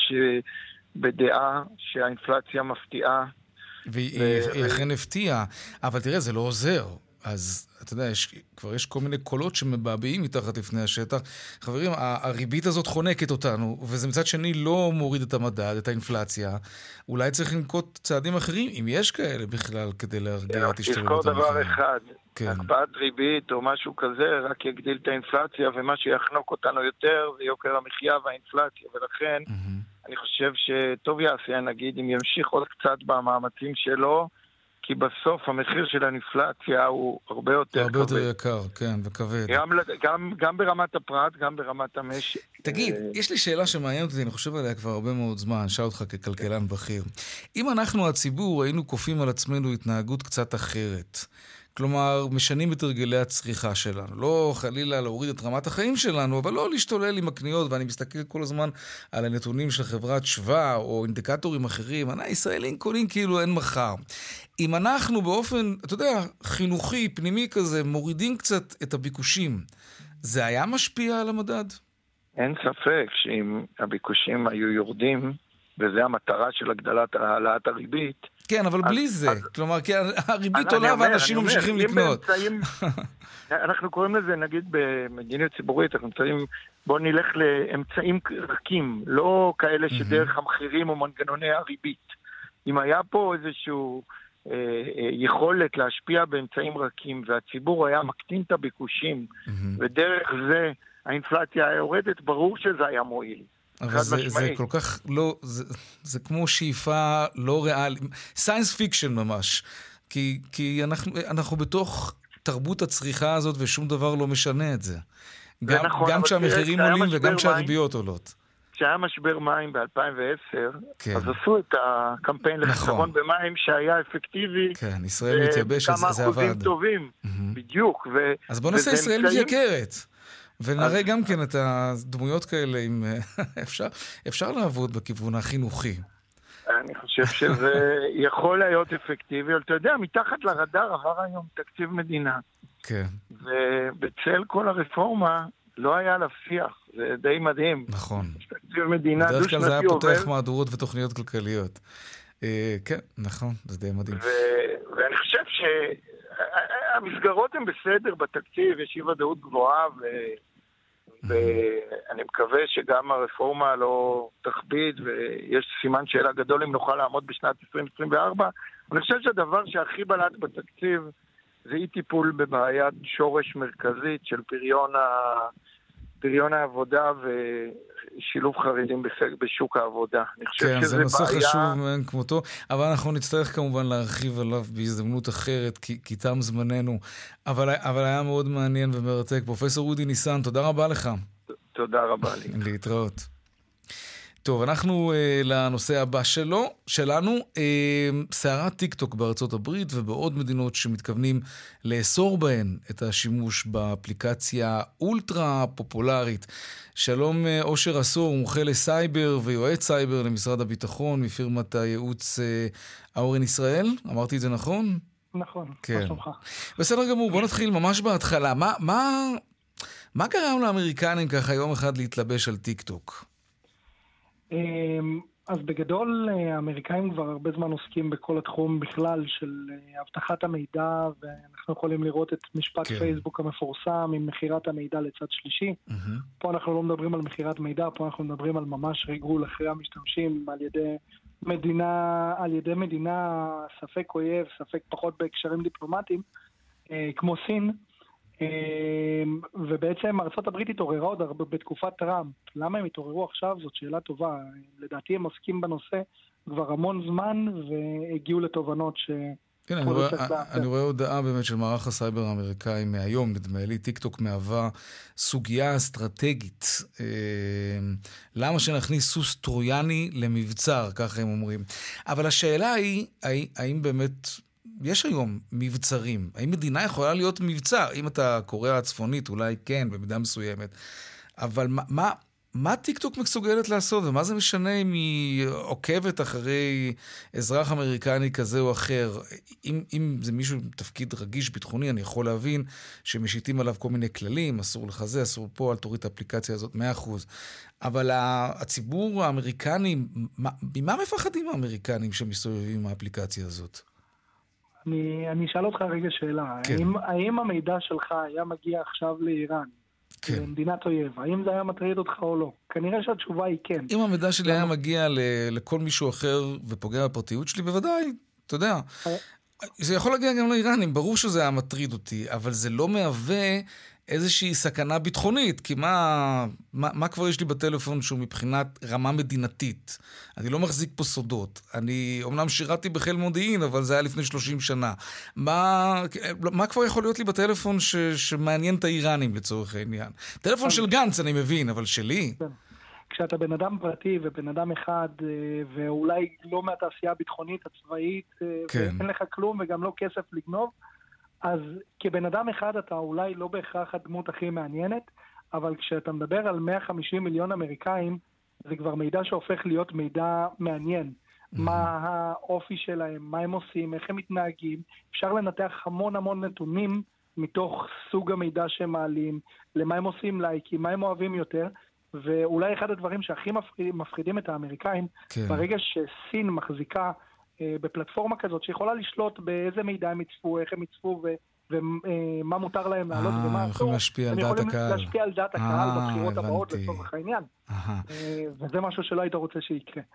שבדעה שהאינפלציה מפתיעה. והיא אכן הפתיעה, אבל תראה, זה לא עוזר. אז אתה יודע, יש, כבר יש כל מיני קולות שמבעבעים מתחת לפני השטח. חברים, הריבית הזאת חונקת אותנו, וזה מצד שני לא מוריד את המדד, את האינפלציה. אולי צריך לנקוט צעדים אחרים, אם יש כאלה בכלל, כדי להרגיע את השתוללות המחירים. תזכור דבר אחד, הקפאת ריבית או משהו כזה, רק יגדיל את האינפלציה, ומה שיחנוק אותנו יותר זה יוקר המחיה והאינפלציה, ולכן אני חושב שטוב יעשה, נגיד, אם ימשיך עוד קצת במאמצים שלו, כי בסוף המחיר של האינפלציה הוא הרבה יותר הרבה כבד. הרבה יותר יקר, כן, וכבד. גם, גם, גם ברמת הפרט, גם ברמת המשק. תגיד, יש לי שאלה שמעניינת אותי, אני חושב עליה כבר הרבה מאוד זמן, שאל אותך ככלכלן בכיר. אם אנחנו הציבור היינו כופים על עצמנו התנהגות קצת אחרת, כלומר, משנים את הרגלי הצריכה שלנו. לא חלילה להוריד את רמת החיים שלנו, אבל לא להשתולל עם הקניות, ואני מסתכל כל הזמן על הנתונים של חברת שווה, או אינדיקטורים אחרים. אני, הישראלים קונים כאילו אין מחר. אם אנחנו באופן, אתה יודע, חינוכי, פנימי כזה, מורידים קצת את הביקושים, זה היה משפיע על המדד? אין ספק שאם הביקושים היו יורדים, וזה המטרה של הגדלת העלאת הריבית, כן, אבל בלי זה. כלומר, כי הריבית עולה ואנשים ממשיכים לקנות. אנחנו קוראים לזה, נגיד, במדיניות ציבורית, אנחנו נמצאים, בואו נלך לאמצעים רכים, לא כאלה שדרך המחירים או מנגנוני הריבית. אם היה פה איזשהו יכולת להשפיע באמצעים רכים, והציבור היה מקטין את הביקושים, ודרך זה האינפלציה היורדת, ברור שזה היה מועיל. אבל זה, זה כל כך לא, זה, זה כמו שאיפה לא ריאלית, סיינס פיקשן ממש, כי, כי אנחנו, אנחנו בתוך תרבות הצריכה הזאת ושום דבר לא משנה את זה. גם, נכון, גם כשהמחירים עולים וגם כשהריביות עולות. כשהיה משבר מים ב-אלפיים ועשר, כן. אז עשו את הקמפיין נכון. לחיסכון במים שהיה אפקטיבי. כן, ישראל מתייבשת, זה, זה עבד. כמה אחוזים טובים, mm-hmm. בדיוק. ו- אז בוא נעשה ישראל מתייקרת. ונראה אז... גם כן את הדמויות כאלה, אם אפשר, אפשר לעבוד בכיוון החינוכי. אני חושב שזה יכול להיות אפקטיבי, אבל אתה יודע, מתחת לרדאר עבר היום תקציב מדינה. כן. ובצל כל הרפורמה לא היה לה שיח, זה די מדהים. נכון. תקציב מדינה בדרך כלל זה היה דו-שנתי פותח עובר. מהדורות ותוכניות כלכליות. אה, כן, נכון, זה די מדהים. ו- ואני חושב שהמסגרות הן בסדר בתקציב, יש אי ודאות גבוהה, ו- ואני מקווה שגם הרפורמה לא תכביד, ויש סימן שאלה גדול אם נוכל לעמוד בשנת עשרים עשרים וארבע. אני חושב שהדבר שהכי בלט בתקציב זה אי טיפול בבעיית שורש מרכזית של פריון, ה... פריון העבודה ושילוב חרדים בשוק העבודה. אני חושב כן, שזה זה נושא בעיה... חשוב מאין כמותו, אבל אנחנו נצטרך כמובן להרחיב עליו בהזדמנות אחרת, כי, כי תם זמננו. אבל, אבל היה מאוד מעניין ומרתק. פרופסור אודי ניסן, תודה רבה לך. תודה רבה לי. להתראות. טוב, אנחנו אה, לנושא הבא שלו, שלנו, אה, סערת טיק-טוק בארצות הברית ובעוד מדינות שמתכוונים לאסור בהן את השימוש באפליקציה אולטרה פופולרית. שלום אה, אושר אסור, מומחה לסייבר ויועץ סייבר למשרד הביטחון מפירמת הייעוץ אה, אורן ישראל, אמרתי את זה נכון? נכון, כן. מה שלומך? בסדר גמור, בוא נתחיל ממש בהתחלה. מה, מה, מה גרם לאמריקנים ככה יום אחד להתלבש על טיק-טוק? אז בגדול, האמריקאים כבר הרבה זמן עוסקים בכל התחום בכלל של הבטחת המידע, ואנחנו יכולים לראות את משפט כן. פייסבוק המפורסם עם מחירת המידע לצד שלישי. Mm-hmm. פה אנחנו לא מדברים על מחירת מידע, פה אנחנו מדברים על ממש ריגול אחרי המשתמשים על ידי מדינה, על ידי מדינה ספק אויב, ספק פחות בהקשרים דיפלומטיים, כמו סין. ובעצם ארצות הברית התעוררה עוד הרבה בתקופת טראמפ. למה הם התעוררו עכשיו? זאת שאלה טובה. לדעתי הם עוסקים בנושא כבר המון זמן והגיעו לתובנות ש... כן, אני רואה, אני רואה הודעה באמת של מערך הסייבר האמריקאי מהיום, נדמה לי, טיק-טוק מהווה סוגיה אסטרטגית. למה שנכניס סוס טרויאני למבצר, ככה הם אומרים. אבל השאלה היא, האם באמת... יש היום מבצרים. האם מדינה יכולה להיות מבצר? אם אתה קוריאה הצפונית, אולי כן, במידה מסוימת. אבל מה, מה, מה טיק-טוק מסוגלת לעשות? ומה זה משנה אם היא עוקבת אחרי אזרח אמריקני כזה או אחר? אם, אם זה מישהו עם תפקיד רגיש ביטחוני, אני יכול להבין שמשיתים עליו כל מיני כללים, אסור לך זה, אסור פה, אל תוריד את האפליקציה הזאת, מאה אחוז. אבל הציבור האמריקני, ממה מפחדים האמריקנים שמסתובבים עם האפליקציה הזאת? אני, אני אשאל אותך רגע שאלה. כן. האם, האם המידע שלך היה מגיע עכשיו לאיראן, כן. למדינת אויב, האם זה היה מטריד אותך או לא? כנראה שהתשובה היא כן. אם המידע שלי היה מגיע ל- לכל מישהו אחר ופוגע בפרטיות שלי, בוודאי, אתה יודע. זה יכול להגיע גם לאיראנים, ברור שזה היה מטריד אותי, אבל זה לא מהווה איזושהי סכנה ביטחונית, כי מה, מה, מה כבר יש לי בטלפון שהוא מבחינת רמה מדינתית? אני לא מחזיק פה סודות. אני אומנם שירתי בחיל מודיעין, אבל זה היה לפני שלושים שנה. מה, מה כבר יכול להיות לי בטלפון ש, שמעניין את האיראנים לצורך העניין? טלפון של גנץ אני מבין, אבל שלי? כשאתה בן אדם פרטי ובן אדם אחד, ואולי לא מהתעשייה הביטחונית, הצבאית, כן. ואין לך כלום וגם לא כסף לגנוב, אז כבן אדם אחד אתה אולי לא בהכרח הדמות הכי מעניינת, אבל כשאתה מדבר על מאה וחמישים מיליון אמריקאים, זה כבר מידע שהופך להיות מידע מעניין. Mm-hmm. מה האופי שלהם, מה הם עושים, איך הם מתנהגים. אפשר לנתח המון המון נתונים מתוך סוג המידע שהם מעלים, למה הם עושים לייקים, מה הם אוהבים יותר, ואולי אחד הדברים שהכי מפחיד, מפחידים את האמריקאים, כן. ברגע שסין מחזיקה בפלטפורמה כזאת שיכולה לשלוט באיזה מידע הם יצפו, איך הם יצפו ו... ומה מותר להם לעלות ומה אסור. הם יכולים להשפיע על דעת הקהל בבחירות הבאות לצורך העניין. וזה משהו שלא היית רוצה שיקרה.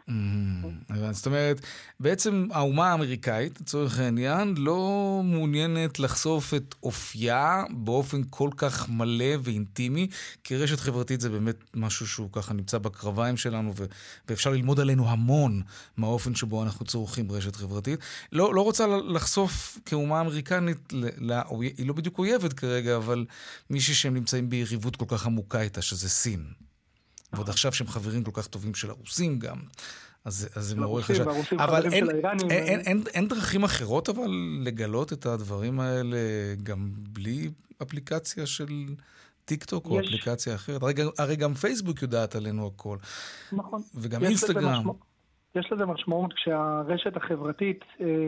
זאת אומרת, בעצם האומה האמריקאית, לצורך העניין, לא מעוניינת לחשוף את אופייה באופן כל כך מלא ואינטימי, כי רשת חברתית זה באמת משהו שהוא ככה נמצא בקרביים שלנו, ואפשר ללמוד עלינו המון מהאופן שבו אנחנו צורכים רשת חברתית. לא, לא רוצה לחשוף כאומה אמריקנית, היא לא בדיוק אויבת כרגע, אבל מישהי שהם נמצאים ביריבות כל כך עמוקה איתה, שזה סין. ועוד עכשיו שהם חברים כל כך טובים של הרוסים גם, אז זה מעורר חשד. אבל אין דרכים אחרות אבל לגלות את הדברים האלה גם בלי אפליקציה של טיק-טוק או אפליקציה אחרת? הרי גם פייסבוק יודעת עלינו הכל. נכון. וגם אינסטגרם. יש לזה משמעות כשהרשת החברתית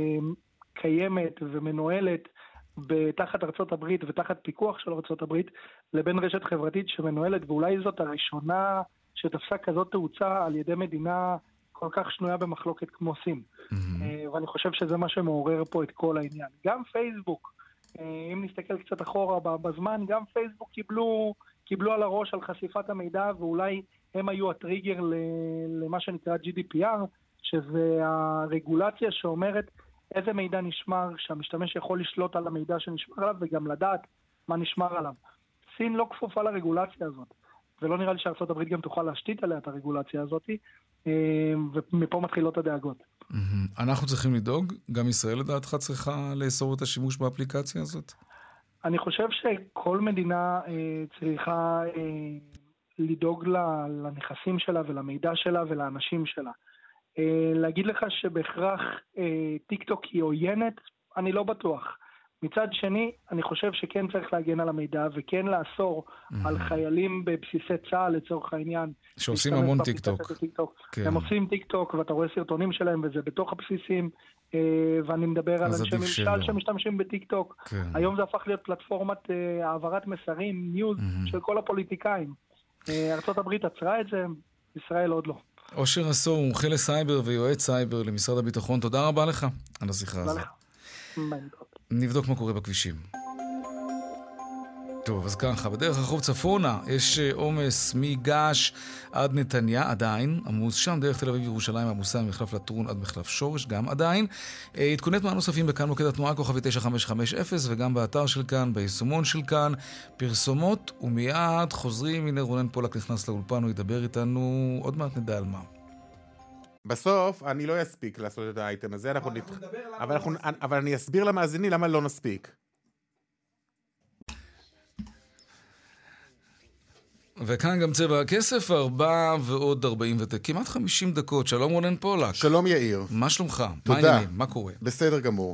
קיימת ומנוהלת בתחת ארצות הברית ותחת פיקוח של ארצות הברית, לבין רשת חברתית שמנוהלת, ואולי זאת הראשונה שתפסה כזאת תאוצה על ידי מדינה כל כך שנויה במחלוקת כמו סין. Mm-hmm. ואני חושב שזה מה שמעורר פה את כל העניין. גם פייסבוק, אם נסתכל קצת אחורה בזמן, גם פייסבוק קיבלו, קיבלו על הראש על חשיפת המידע, ואולי הם היו הטריגר למה שנקרא ג'י די פי אר, שזה הרגולציה שאומרת איזה מידע נשמר, שהמשתמש יכול לשלוט על המידע שנשמר עליו, וגם לדעת מה נשמר עליו. סין לא כפופה לרגולציה הזאת, ולא נראה לי שארצות הברית גם תוכל להשתית עליה את הרגולציה הזאת, ומפה מתחילות הדאגות. אנחנו צריכים לדאוג, גם ישראל לדעתך צריכה לאסור את השימוש באפליקציה הזאת? אני חושב שכל מדינה צריכה לדאוג לנכסים שלה ולמידע שלה ולאנשים שלה. להגיד לך שבהכרח טיק טוק היא עוינת, אני לא בטוח. מצד שני, אני חושב שכן צריך להגן על המידע, וכן לאסור mm-hmm. על חיילים בבסיסי צה"ל לצורך העניין. שעושים המון טיק טוק. כן. הם עושים טיק טוק, ואתה רואה סרטונים שלהם, וזה בתוך הבסיסים, ואני מדבר על אנשי ממשל שמשתמשים בטיק טוק. כן. היום זה הפך להיות פלטפורמת העברת מסרים, ניוז mm-hmm. של כל הפוליטיקאים. ארצות הברית עצרה את זה, ישראל עוד לא. אושר עשור, מומחה לסייבר ויועץ סייבר למשרד הביטחון, תודה רבה לך על השיחה הזאת. נבדוק מה קורה בכבישים. טוב, אז ככה, בדרך רחוב צפונה יש עומס מגש עד נתניה, עדיין, עמוס שם, דרך תל אביב ירושלים עמוסה ממחלף לטרון עד מחלף שורש, גם עדיין. עדכוני תנועה נוספים בכאן מוקד התנועה, כוכבי תשע חמש חמש אפס, וגם באתר של כאן, ביישומון של כאן, פרסומות, ומיד חוזרים, הנה רונן פולק נכנס לאולפן, הוא ידבר איתנו, עוד מעט נדע על מה. בסוף אני לא אספיק לעשות את האייטם הזה, אנחנו נת... אבל, אנחנו... אבל אני אסביר למאזיני למה לא נספיק. וכאן גם צבע הכסף, ארבע ועוד ארבעים ותק, כמעט חמישים דקות. שלום רונן פולק. שלום יאיר. מה שלומך? תודה. מה העניינים? מה קורה? בסדר גמור.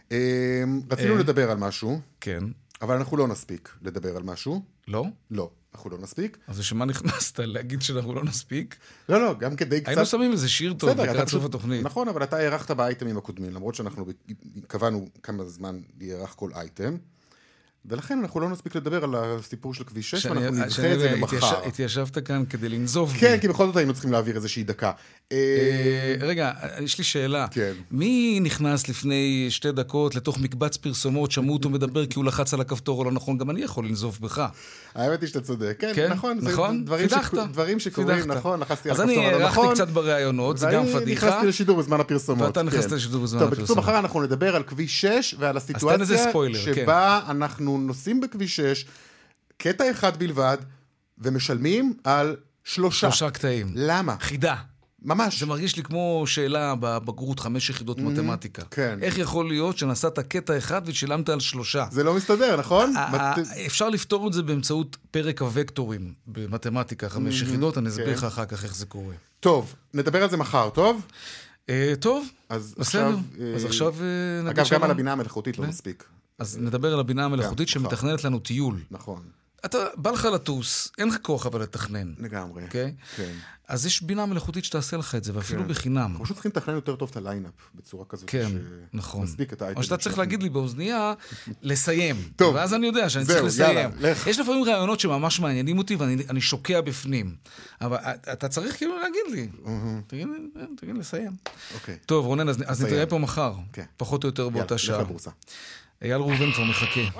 רצינו לדבר על משהו. כן. אבל אנחנו לא נספיק לדבר על משהו. לא? לא. אנחנו לא נספיק. אז שמה נכנסת? להגיד שאנחנו לא נספיק? לא, לא, גם כדי קצת... היינו שמים איזה שיר טוב לקראת סוף התוכנית. נכון, אבל אתה הערכת באייטמים הקודמים, למרות שאנחנו קבענו כמה זמן יערך כל אייטם, ולכן אנחנו לא נספיק לדבר על הסיפור של כביש שש, ואנחנו נדחה את זה למחר. התיישבת כאן כדי לנזוף בי. כן, כי בכל זאת היינו צריכים להעביר איזושהי דקה. רגע, יש לי שאלה. כן. מי נכנס לפני שתי דקות לתוך מקבץ פרסומות, שמעו אותו מדבר כי הוא לחץ על הכפתור או לא נכון? גם אני יכול לנזוף בך. האמת היא שאתה צודק. כן, נכון. נכון? דברים שקורים, נכון, לחצתי על אז הכפתור אני לא נכון. הערכתי קצת בראיונות, זה גם פדיחה. ואני נכנסתי לשידור בזמן הפרסומות. ואתה נכנסת לשידור בזמן טוב, הפרסומות. בקיצור, מחר אנחנו נדבר על כביש שש ועל הסיטואציה שבה אנחנו נוסעים בכביש שש, קטע אחד בלבד, ומשלמים על שלושה. שלושה קטעים. למה? חידה. ממש. זה מרגיש לי כמו שאלה בבגרות חמש יחידות מתמטיקה. כן. איך יכול להיות שנסעת קטע אחד ושילמת על שלושה? זה לא מסתדר, נכון? אפשר לפתור את זה באמצעות פרק הוקטורים במתמטיקה, חמש יחידות, אני אסביר לך אחר כך איך זה קורה. טוב, נדבר על זה מחר, טוב? טוב, בסדר. אז עכשיו נגיד אגב, גם על הבינה המלאכותית לא מספיק. אז נדבר על הבינה המלאכותית שמתכננת לנו טיול. נכון. אתה בא לך לטוס, אין לך כוח אבל לתכנן. לגמרי. אוקיי? כן. אז יש בינה מלאכותית שתעשה לך את זה, ואפילו בחינם. אנחנו פשוט צריכים לתכנן יותר טוב את הליינאפ, בצורה כזאת. כן, נכון. נספיק את האייטם. או שאתה צריך להגיד לי באוזנייה, לסיים. טוב. ואז אני יודע שאני צריך לסיים. יש לפעמים רעיונות שממש מעניינים אותי, ואני שוקע בפנים. אבל אתה צריך כאילו להגיד לי. תגיד לסיים. אוקיי. טוב, רונן, אז נתראה פה מחר. פחות או יותר באותה שעה. יאללה, לך לבורסה. אייל ראובן כבר מחכה.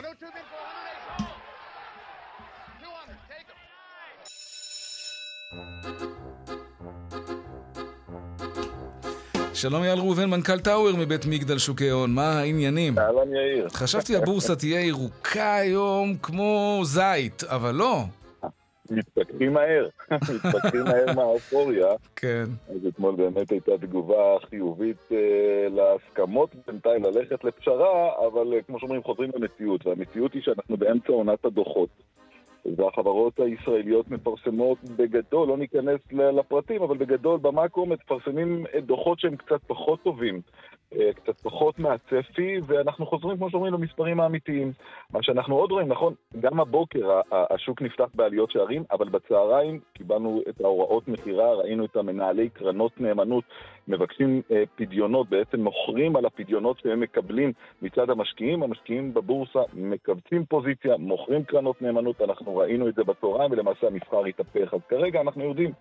שלום אייל ראובן, מנכ"ל טאוור מבית מגדל שוקי הון, מה העניינים? אהלן יאיר. חשבתי הבורסה תהיה ירוקה היום כמו זית, אבל לא. מתפתחים מהר, מתפתחים מהר מהאופוריה. כן. אז אתמול באמת הייתה תגובה חיובית אה, להסכמות בינתיים ללכת לפשרה, אבל אה, כמו שאומרים חוזרים למציאות, והמציאות היא שאנחנו באמצע עונת הדוחות. והחברות הישראליות מפרסמות בגדול, לא ניכנס לפרטים, אבל בגדול במאקרו מפרסמים דוחות שהם קצת פחות טובים, קצת פחות מהצפי, ואנחנו חוזרים, כמו שאומרים, למספרים האמיתיים. מה שאנחנו עוד רואים, נכון, גם הבוקר השוק נפתח בעליות שערים, אבל בצהריים קיבלנו את ההוראות מחירה, ראינו את המנהלי קרנות נאמנות, מבקשים פדיונות, בעצם מוכרים על הפדיונות שהם מקבלים מצד המשקיעים, המשקיעים בבורסה מקבצים פוזיציה, מוכרים קרנות נאמנות, אנחנו ראינו את זה בצהריים, ולמעשה המסחר התהפך. אז כרגע אנחנו יודעים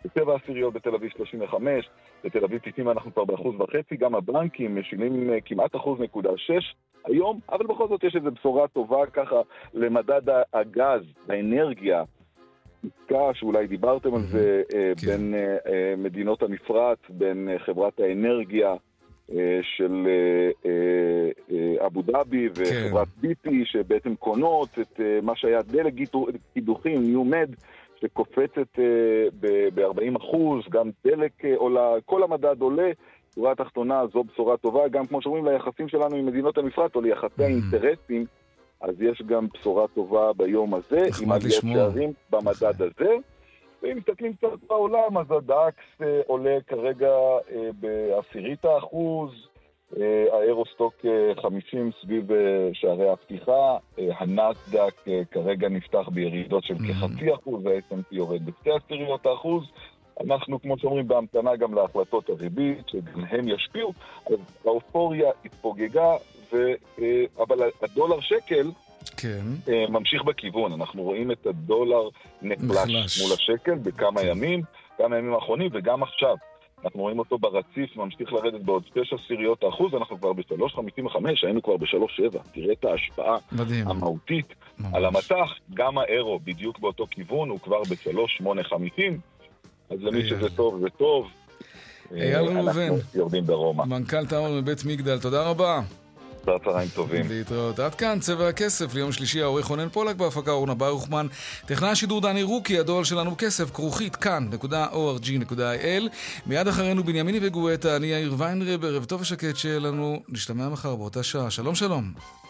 שבע עשיריות, בתל אביב שלושים וחמש, בתל אביב תשעים אנחנו כבר באחוז וחצי, גם הבנקים משילים כמעט אחוז נקודה שש היום, אבל בכל זאת יש איזו בשורה טובה ככה למדד הגז, האנרגיה, עסקה שאולי דיברתם על זה, בין מדינות המפרץ, בין חברת האנרגיה של אבו דאבי וחברת ביטי, שבעצם קונות את מה שהיה דלק קידוחים, ניומד, שקופצת ב-ארבעים אחוז, גם דלק עולה, כל המדד עולה, בשורה התחתונה זו בשורה טובה, גם כמו שאומרים ליחסים שלנו עם מדינות המפרט או ליחסי האינטרסים, אז יש גם בשורה טובה ביום הזה, עם עליית שערים במדד הזה. ואם מסתכלים קצת בעולם, אז הדאקס עולה כרגע בעשירית האחוז, האירוסטוק חמישים סביב שערי הפתיחה, הנאסדק כרגע נפתח בירידות של כחצי אחוז, וה-אס אנד פי יורד בשתי עשיריות האחוז. אנחנו, כמו שאומרים, בהמתנה גם להחלטות הריבית, שגם הם ישפיעו, אז האופוריה התפוגגה, ו... אבל הדולר שקל כן. ממשיך בכיוון. אנחנו רואים את הדולר נחלש מול השקל בכמה ימים, כמה ימים האחרונים, וגם עכשיו. אנחנו רואים אותו ברציף, ממשיך לרדת בעוד תשע עשיריות האחוז, אנחנו כבר ב-שלוש חמישים וחמש, היינו כבר ב-שלוש שבע. תראה את ההשפעה מדהים. המהותית ממש. על המסך, גם האירו בדיוק באותו כיוון, הוא כבר ב-שלוש שמונה חמישים, אז למי אייל. שזה טוב, זה טוב. אייל ראובן, יורדים ברומא. מנכ"ל טאור מבית מגדל, תודה רבה. צהריים טובים. להתראות. עד כאן צבע הכסף ליום שלישי, העורך רונן פולק, בהפקה אורנה ברוכמן, טכנאי השידור דני רוקי, הדואל שלנו כסף, כרוכית כאן נקודה או אר ג'י נקודה איי אל. מיד אחרינו בנימיני וגואטה, אני יאיר ויינרב, ערב טוב ושקט שיהיה לנו, נשתמע מחר באותה שעה. שלום שלום.